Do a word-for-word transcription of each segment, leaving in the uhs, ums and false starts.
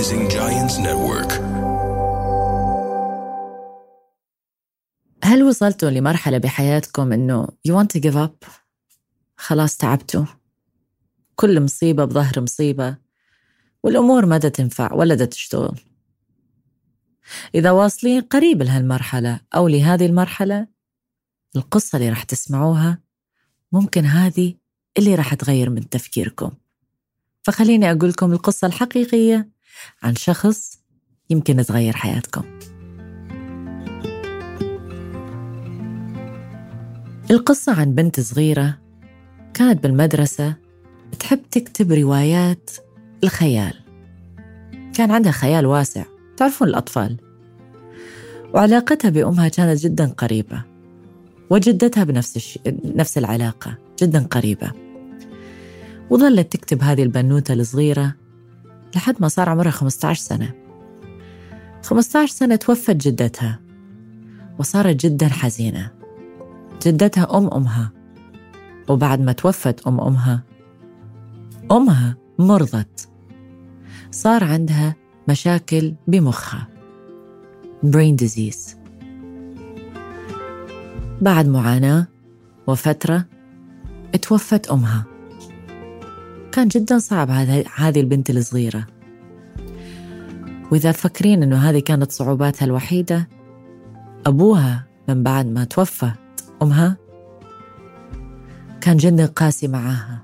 Rising Giants Network. هل وصلتوا لمرحلة بحياتكم إنه you want to give up؟ خلاص تعبتوا، كل مصيبة بظهر مصيبة والأمور ما دا تنفع ولا دا تشتغل. إذا واصلين قريب لهالمرحلة أو لهذه المرحلة، القصة اللي رح تسمعوها ممكن هذه اللي رح تغير من تفكيركم. فخليني أقولكم القصة الحقيقية عن شخص يمكن تغير حياتكم. القصة عن بنت صغيرة كانت بالمدرسة تحب تكتب روايات الخيال. كان عندها خيال واسع، تعرفون الأطفال. وعلاقتها بأمها كانت جدا قريبة، وجدتها بنفس الش... نفس العلاقة جدا قريبة. وظلت تكتب هذه البنوتة الصغيرة لحد ما صار عمرها خمسة عشر سنة. خمسة عشر سنة توفت جدتها، وصارت جدا حزينة. جدتها أم أمها، وبعد ما توفت أم أمها أمها مرضت، صار عندها مشاكل بمخها brain disease. بعد معاناة وفترة توفت أمها. كان جدا صعب هذه البنت الصغيرة. وإذا فكرين أنه هذه كانت صعوباتها الوحيدة، أبوها من بعد ما توفت أمها كان جدا قاسي معاها،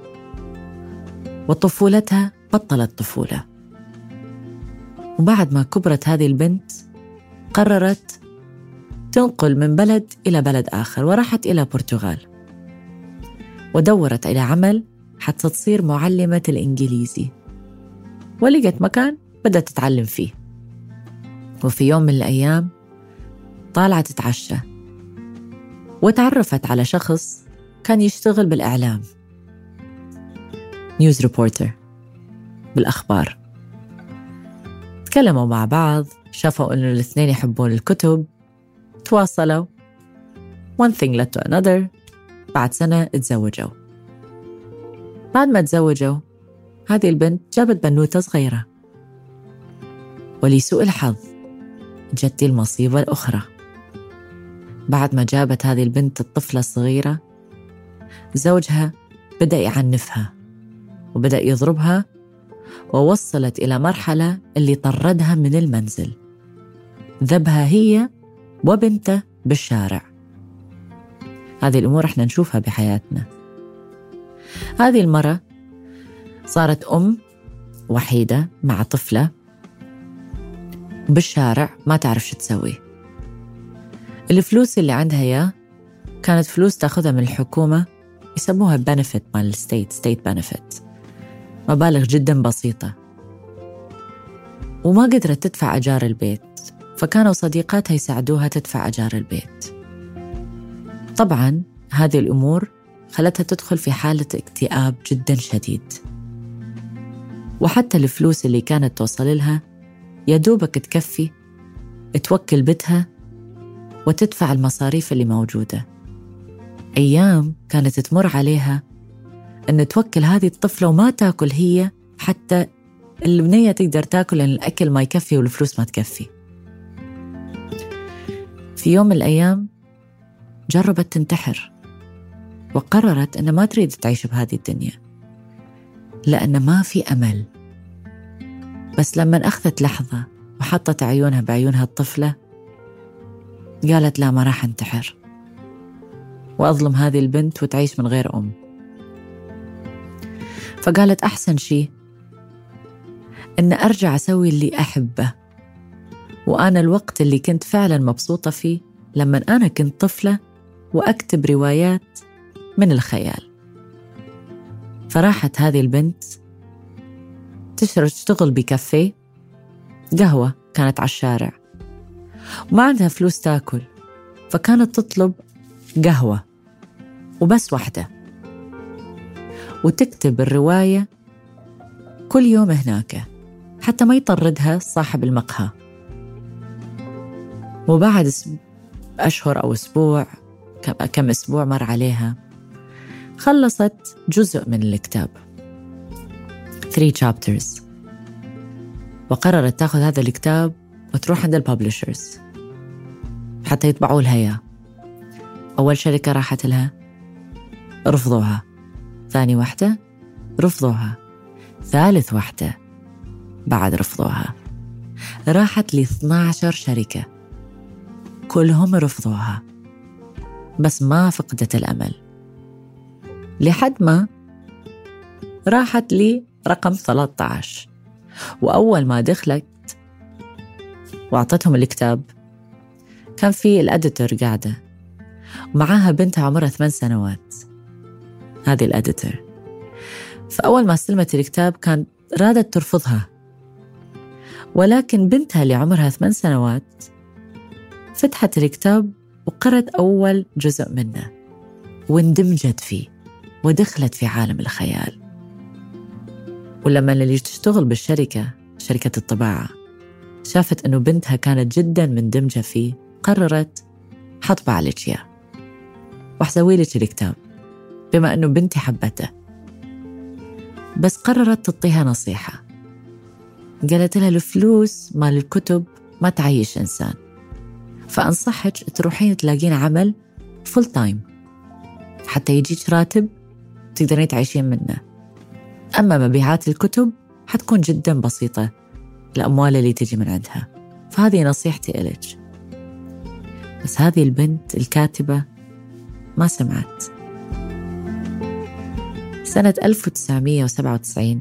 وطفولتها بطلت طفولة. وبعد ما كبرت هذه البنت قررت تنقل من بلد إلى بلد آخر، وراحت إلى برتغال ودورت إلى عمل حتى تصير معلمة الإنجليزي. ولقت مكان بدأت تتعلم فيه. وفي يوم من الأيام طالعت تتعشى، وتعرفت على شخص كان يشتغل بالإعلام، نيوز ريبورتر بالأخبار. تكلموا مع بعض، شافوا أنه الاثنين يحبون الكتب، تواصلوا. one thing led to another. بعد سنة اتزوجوا. بعد ما تزوجوا هذه البنت جابت بنوتة صغيرة، ولسوء الحظ جت المصيبة الأخرى. بعد ما جابت هذه البنت الطفلة الصغيرة، زوجها بدأ يعنفها وبدأ يضربها، ووصلت إلى مرحلة اللي طردها من المنزل، ذبها هي وبنته بالشارع. هذه الأمور احنا نشوفها بحياتنا. هذه المرة صارت أم وحيدة مع طفلة بالشارع، ما تعرف شو تسوي. الفلوس اللي عندها يا كانت فلوس تأخذها من الحكومة، يسموها benefit مال state state benefit، مبالغ جدا بسيطة. وما قدرت تدفع أجار البيت، فكانوا صديقاتها يساعدوها تدفع أجار البيت. طبعا هذه الأمور خلتها تدخل في حالة اكتئاب جدا شديد. وحتى الفلوس اللي كانت توصل لها يدوبك تكفي توكل بيتها وتدفع المصاريف اللي موجودة. أيام كانت تمر عليها أن توكل هذه الطفلة وما تاكل هي، حتى البنية تقدر تاكل لأن الأكل ما يكفي والفلوس ما تكفي. في يوم من الأيام جربت تنتحر، وقررت أن ما تريد تعيش بهذه الدنيا لأن ما في أمل. بس لما أخذت لحظة وحطت عيونها بعيونها الطفلة، قالت لا، ما راح انتحر وأظلم هذه البنت وتعيش من غير أم. فقالت أحسن شيء أن أرجع أسوي اللي أحبه. وأنا الوقت اللي كنت فعلا مبسوطة فيه لما أنا كنت طفلة وأكتب روايات من الخيال. فراحت هذه البنت تشرب تشتغل بكافيه قهوة، كانت على الشارع وما عندها فلوس تاكل، فكانت تطلب قهوة وبس واحدة، وتكتب الرواية كل يوم هناك حتى ما يطردها صاحب المقهى. وبعد أشهر أو أسبوع، كم أسبوع مر عليها، خلصت جزء من الكتاب three chapters. وقررت تاخذ هذا الكتاب وتروح عند الببلشرز حتى يطبعوا لها إياه. أول شركة راحت لها رفضوها، ثاني واحدة رفضوها، ثالث واحدة بعد رفضوها. راحت ل اثنتي عشرة شركة كلهم رفضوها، بس ما فقدت الأمل لحد ما راحت لي رقم ثلاثة عشر. وأول ما دخلت وأعطتهم الكتاب كان في الأديتور قاعدة ومعاها بنتها عمرها ثمان سنوات، هذه الأديتور. فأول ما استلمت الكتاب كانت رادت ترفضها، ولكن بنتها اللي عمرها ثمان سنوات فتحت الكتاب وقرأت أول جزء منه واندمجت فيه ودخلت في عالم الخيال. ولما اللي تشتغل بالشركة، شركة الطباعة، شافت أنه بنتها كانت جداً مندمجة فيه، قررت حطبع لك إياه وحسوي لك الكتاب بما أنه بنتي حبته. بس قررت تعطيها نصيحة، قالت لها الفلوس مال الكتب ما تعيش إنسان، فأنصحك تروحين تلاقين عمل فول تايم حتى يجيك راتب تقدرين تعيشين منه. أما مبيعات الكتب حتكون جدا بسيطة، الأموال اللي تجي من عندها. فهذه نصيحتي إليك. بس هذه البنت الكاتبة ما سمعت. سنة ألف وتسعمية وسبعة وتسعين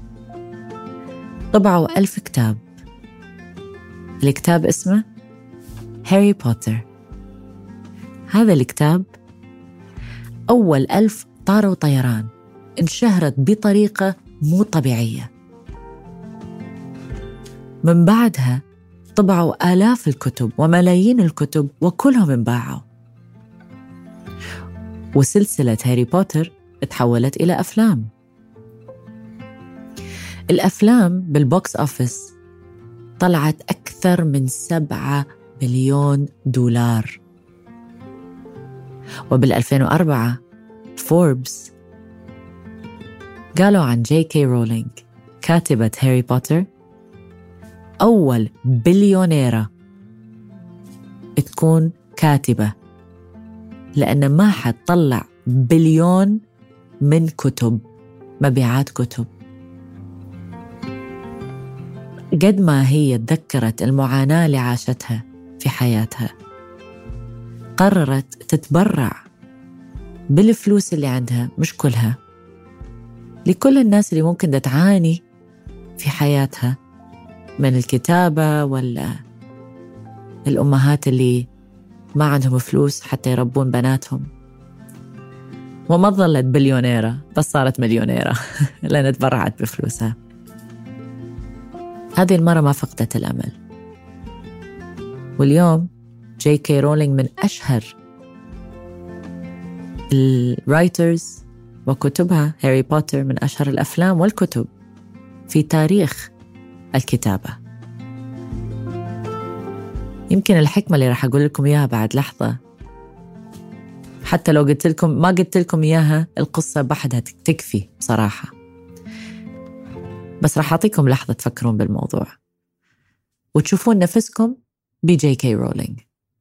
طبعوا ألف كتاب. الكتاب اسمه هاري بوتر. هذا الكتاب أول ألف طاروا طيران، انشهرت بطريقة مو طبيعية. من بعدها طبعوا آلاف الكتب وملايين الكتب وكلهم انباعوا. وسلسلة هاري بوتر تحولت إلى أفلام. الأفلام بالبوكس أوفيس طلعت أكثر من سبعة مليون دولار. وبالألفين وأربعة فوربس قالوا عن جي كي رولينج كاتبة هاري بوتر أول بليونيرة تكون كاتبة، لأن ما حد طلع بليون من كتب، مبيعات كتب. قد ما هي تذكرت المعاناة اللي عاشتها في حياتها، قررت تتبرع بالفلوس اللي عندها، مش كلها، لكل الناس اللي ممكن تعاني في حياتها من الكتابة، ولا الأمهات اللي ما عندهم فلوس حتى يربون بناتهم. وما ظلت بليونيرة بس صارت مليونيرة لأن تبرعت بفلوسها. هذه المرة ما فقدت الأمل. واليوم جي كي رولينج من أشهر الرايترز، وكتبها هاري بوتر من أشهر الأفلام والكتب في تاريخ الكتابة. يمكن الحكمة اللي راح أقول لكم إياها بعد لحظة، حتى لو قلت لكم ما قلت لكم إياها القصة بحدها تكفي بصراحة، بس راح أعطيكم لحظة تفكرون بالموضوع وتشوفون نفسكم بجي كي رولينج.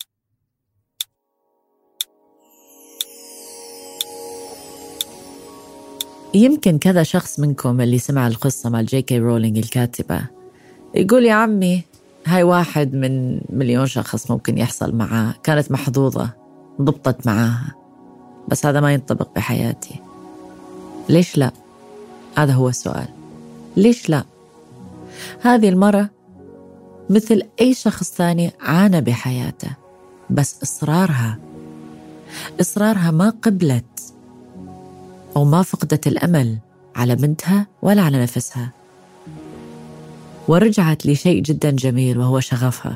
يمكن كذا شخص منكم اللي سمع القصة مع جي كي رولينج الكاتبة يقول يا عمي هاي واحد من مليون شخص ممكن يحصل معاه، كانت محظوظة ضبطت معاها، بس هذا ما ينطبق بحياتي. ليش لا؟ هذا هو السؤال. ليش لا؟ هذه المرة مثل أي شخص ثاني عانى بحياته، بس إصرارها إصرارها ما قبلت أو ما فقدت الأمل على بنتها ولا على نفسها، ورجعت لشيء جدا جميل وهو شغفها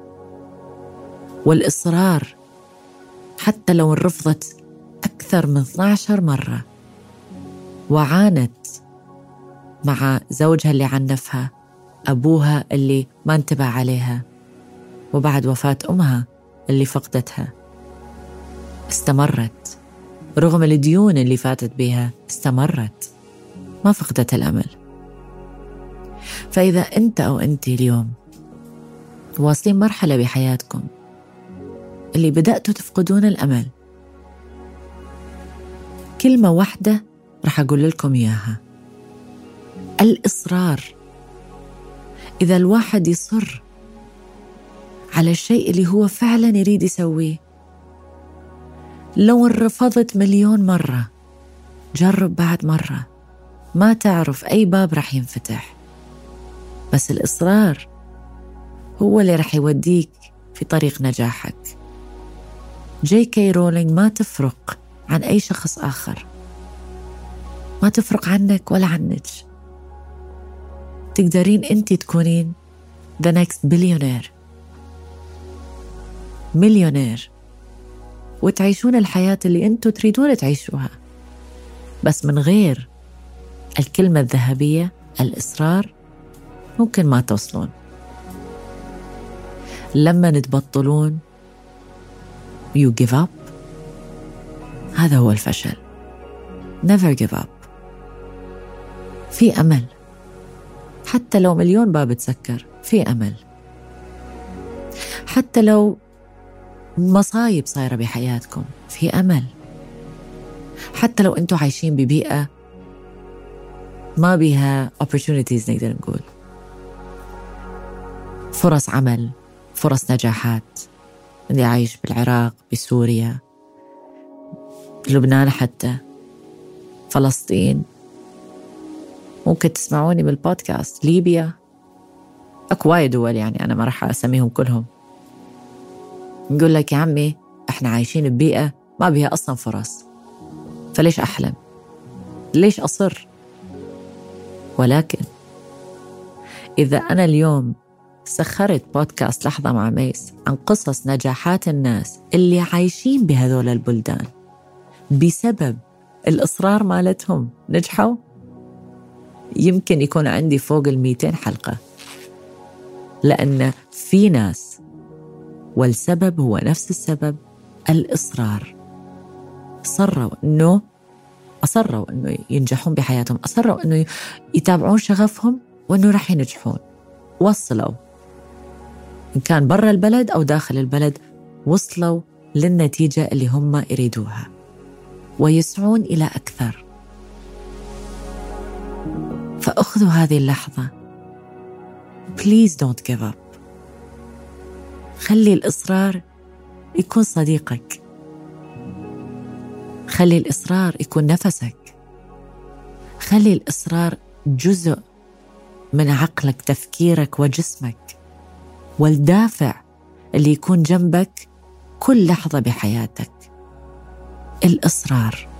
والإصرار. حتى لو رفضت أكثر من اثنتي عشرة مرة وعانت مع زوجها اللي عنفها، أبوها اللي ما انتبه عليها، وبعد وفاة أمها اللي فقدتها، استمرت رغم الديون اللي فاتت بها، استمرت ما فقدت الأمل. فإذا أنت أو أنت اليوم واصلين مرحلة بحياتكم اللي بدأتوا تفقدون الأمل، كلمة واحدة رح أقول لكم إياها: الإصرار. إذا الواحد يصر على الشيء اللي هو فعلا يريد يسويه، لو رفضت مليون مرة جرب بعد مرة، ما تعرف أي باب رح ينفتح، بس الإصرار هو اللي رح يوديك في طريق نجاحك. جي كي رولينج ما تفرق عن أي شخص آخر، ما تفرق عنك ولا عنك. تقدرين أنت تكونين the next billionaire، مليونير، وتعيشون الحياة اللي أنتوا تريدون تعيشوها، بس من غير الكلمة الذهبية الإصرار ممكن ما توصلون. لما تبطلون you give up، هذا هو الفشل. never give up. في أمل، حتى لو مليون باب تسكر في أمل، حتى لو مصايب صايرة بحياتكم في أمل، حتى لو أنتوا عايشين ببيئة ما بيها opportunities، نقدر نقول فرص عمل، فرص نجاحات، اللي عايش بالعراق، بسوريا، بلبنان، حتى فلسطين، ممكن تسمعوني بالبودكاست، ليبيا، أكو وايد دول يعني أنا ما رح أسميهم كلهم. نقول لك يا عمي إحنا عايشين ببيئة ما بيها أصلا فرص، فليش أحلم؟ ليش أصر؟ ولكن إذا أنا اليوم سخرت بودكاست لحظة مع ميس عن قصص نجاحات الناس اللي عايشين بهذول البلدان بسبب الإصرار مالتهم نجحوا، يمكن يكون عندي فوق الميتين حلقة، لأن في ناس والسبب هو نفس السبب، الإصرار. صروا أنه أصروا أنه ينجحون بحياتهم، أصروا أنه يتابعون شغفهم وأنه رح ينجحون، وصلوا إن كان برا البلد أو داخل البلد، وصلوا للنتيجة اللي هم يريدوها ويسعون إلى أكثر. فأخذوا هذه اللحظة، please don't give up. خلي الإصرار يكون صديقك، خلي الإصرار يكون نفسك، خلي الإصرار جزء من عقلك، تفكيرك وجسمك، والدافع اللي يكون جنبك كل لحظة بحياتك. الإصرار.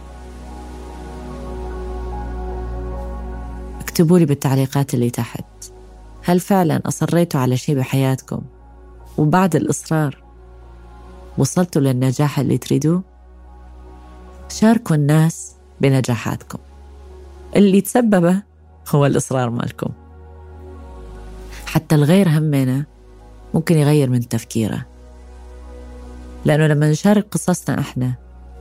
اكتبوا لي بالتعليقات اللي تحت، هل فعلا أصريتوا على شيء بحياتكم وبعد الإصرار وصلتوا للنجاح اللي تريدوه؟ شاركوا الناس بنجاحاتكم، اللي تسببه هو الإصرار مالكم. حتى الغير همنا ممكن يغير من تفكيره، لأنه لما نشارك قصصنا إحنا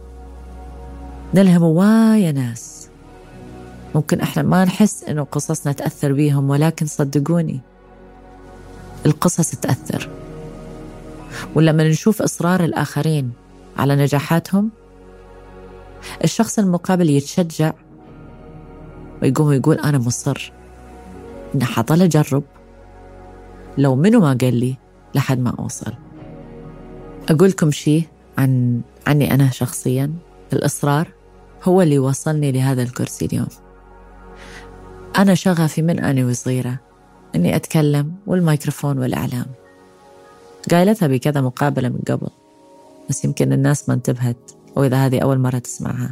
نلهم وايا ناس، ممكن إحنا ما نحس إنه قصصنا تأثر بيهم، ولكن صدقوني القصص تأثر. ولما نشوف إصرار الآخرين على نجاحاتهم، الشخص المقابل يتشجع ويقوم ويقول أنا مصر إن حضل أجرب، لو منو ما قال لي لحد ما أوصل. أقولكم شيء عن عني أنا شخصياً، الإصرار هو اللي وصلني لهذا الكرسي اليوم. أنا شغفي من أنا وصغيرة إني أتكلم والميكروفون والإعلام، قايلتها بكذا مقابلة من قبل، بس يمكن الناس ما انتبهت، أو إذا هذه أول مرة تسمعها.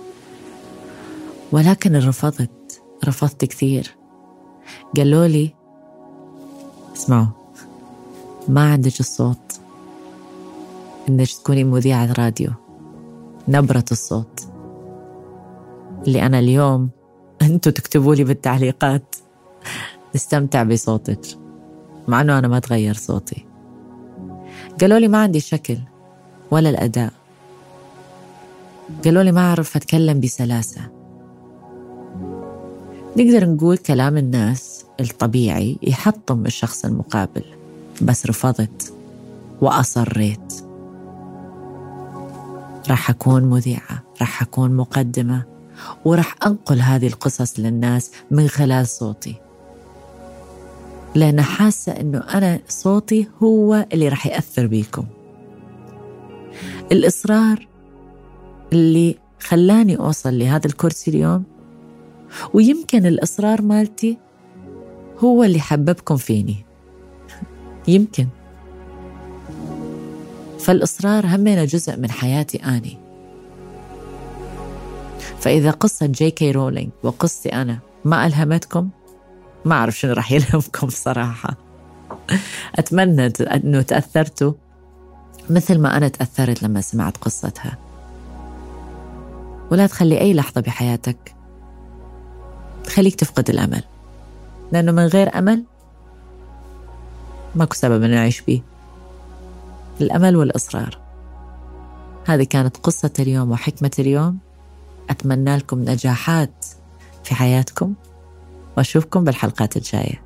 ولكن رفضت رفضت كثير. قالوا لي اسمعوا، ما عندك الصوت إنك تكوني مذيعة راديو، نبرة الصوت اللي أنا اليوم أنتوا تكتبوا لي بالتعليقات استمتع بصوتك، مع أنه أنا ما تغير صوتي. قالوا لي ما عندي الشكل ولا الأداء، قالوا لي ما أعرف أتكلم بسلاسة. نقدر نقول كلام الناس الطبيعي يحطم الشخص المقابل، بس رفضت وأصريت. راح أكون مذيعة، راح أكون مقدمة، وراح أنقل هذه القصص للناس من خلال صوتي، لأن حاسة أنه أنا صوتي هو اللي راح يأثر بيكم. الإصرار اللي خلاني أوصل لهذا الكرسي اليوم، ويمكن الإصرار مالتي هو اللي حببكم فيني، يمكن. فالإصرار همنا جزء من حياتي أني. فإذا قصة جي كي رولينج وقصتي أنا ما ألهمتكم، ما أعرف شنو راح يلهمكم صراحة. أتمنى أنه تأثرتوا مثل ما أنا تأثرت لما سمعت قصتها. ولا تخلي أي لحظة بحياتك تخليك تفقد الأمل، لأنه من غير أمل ماكو سبب أن نعيش بيه. الأمل والإصرار. هذه كانت قصة اليوم وحكمة اليوم. أتمنى لكم نجاحات في حياتكم، وأشوفكم بالحلقات الجاية.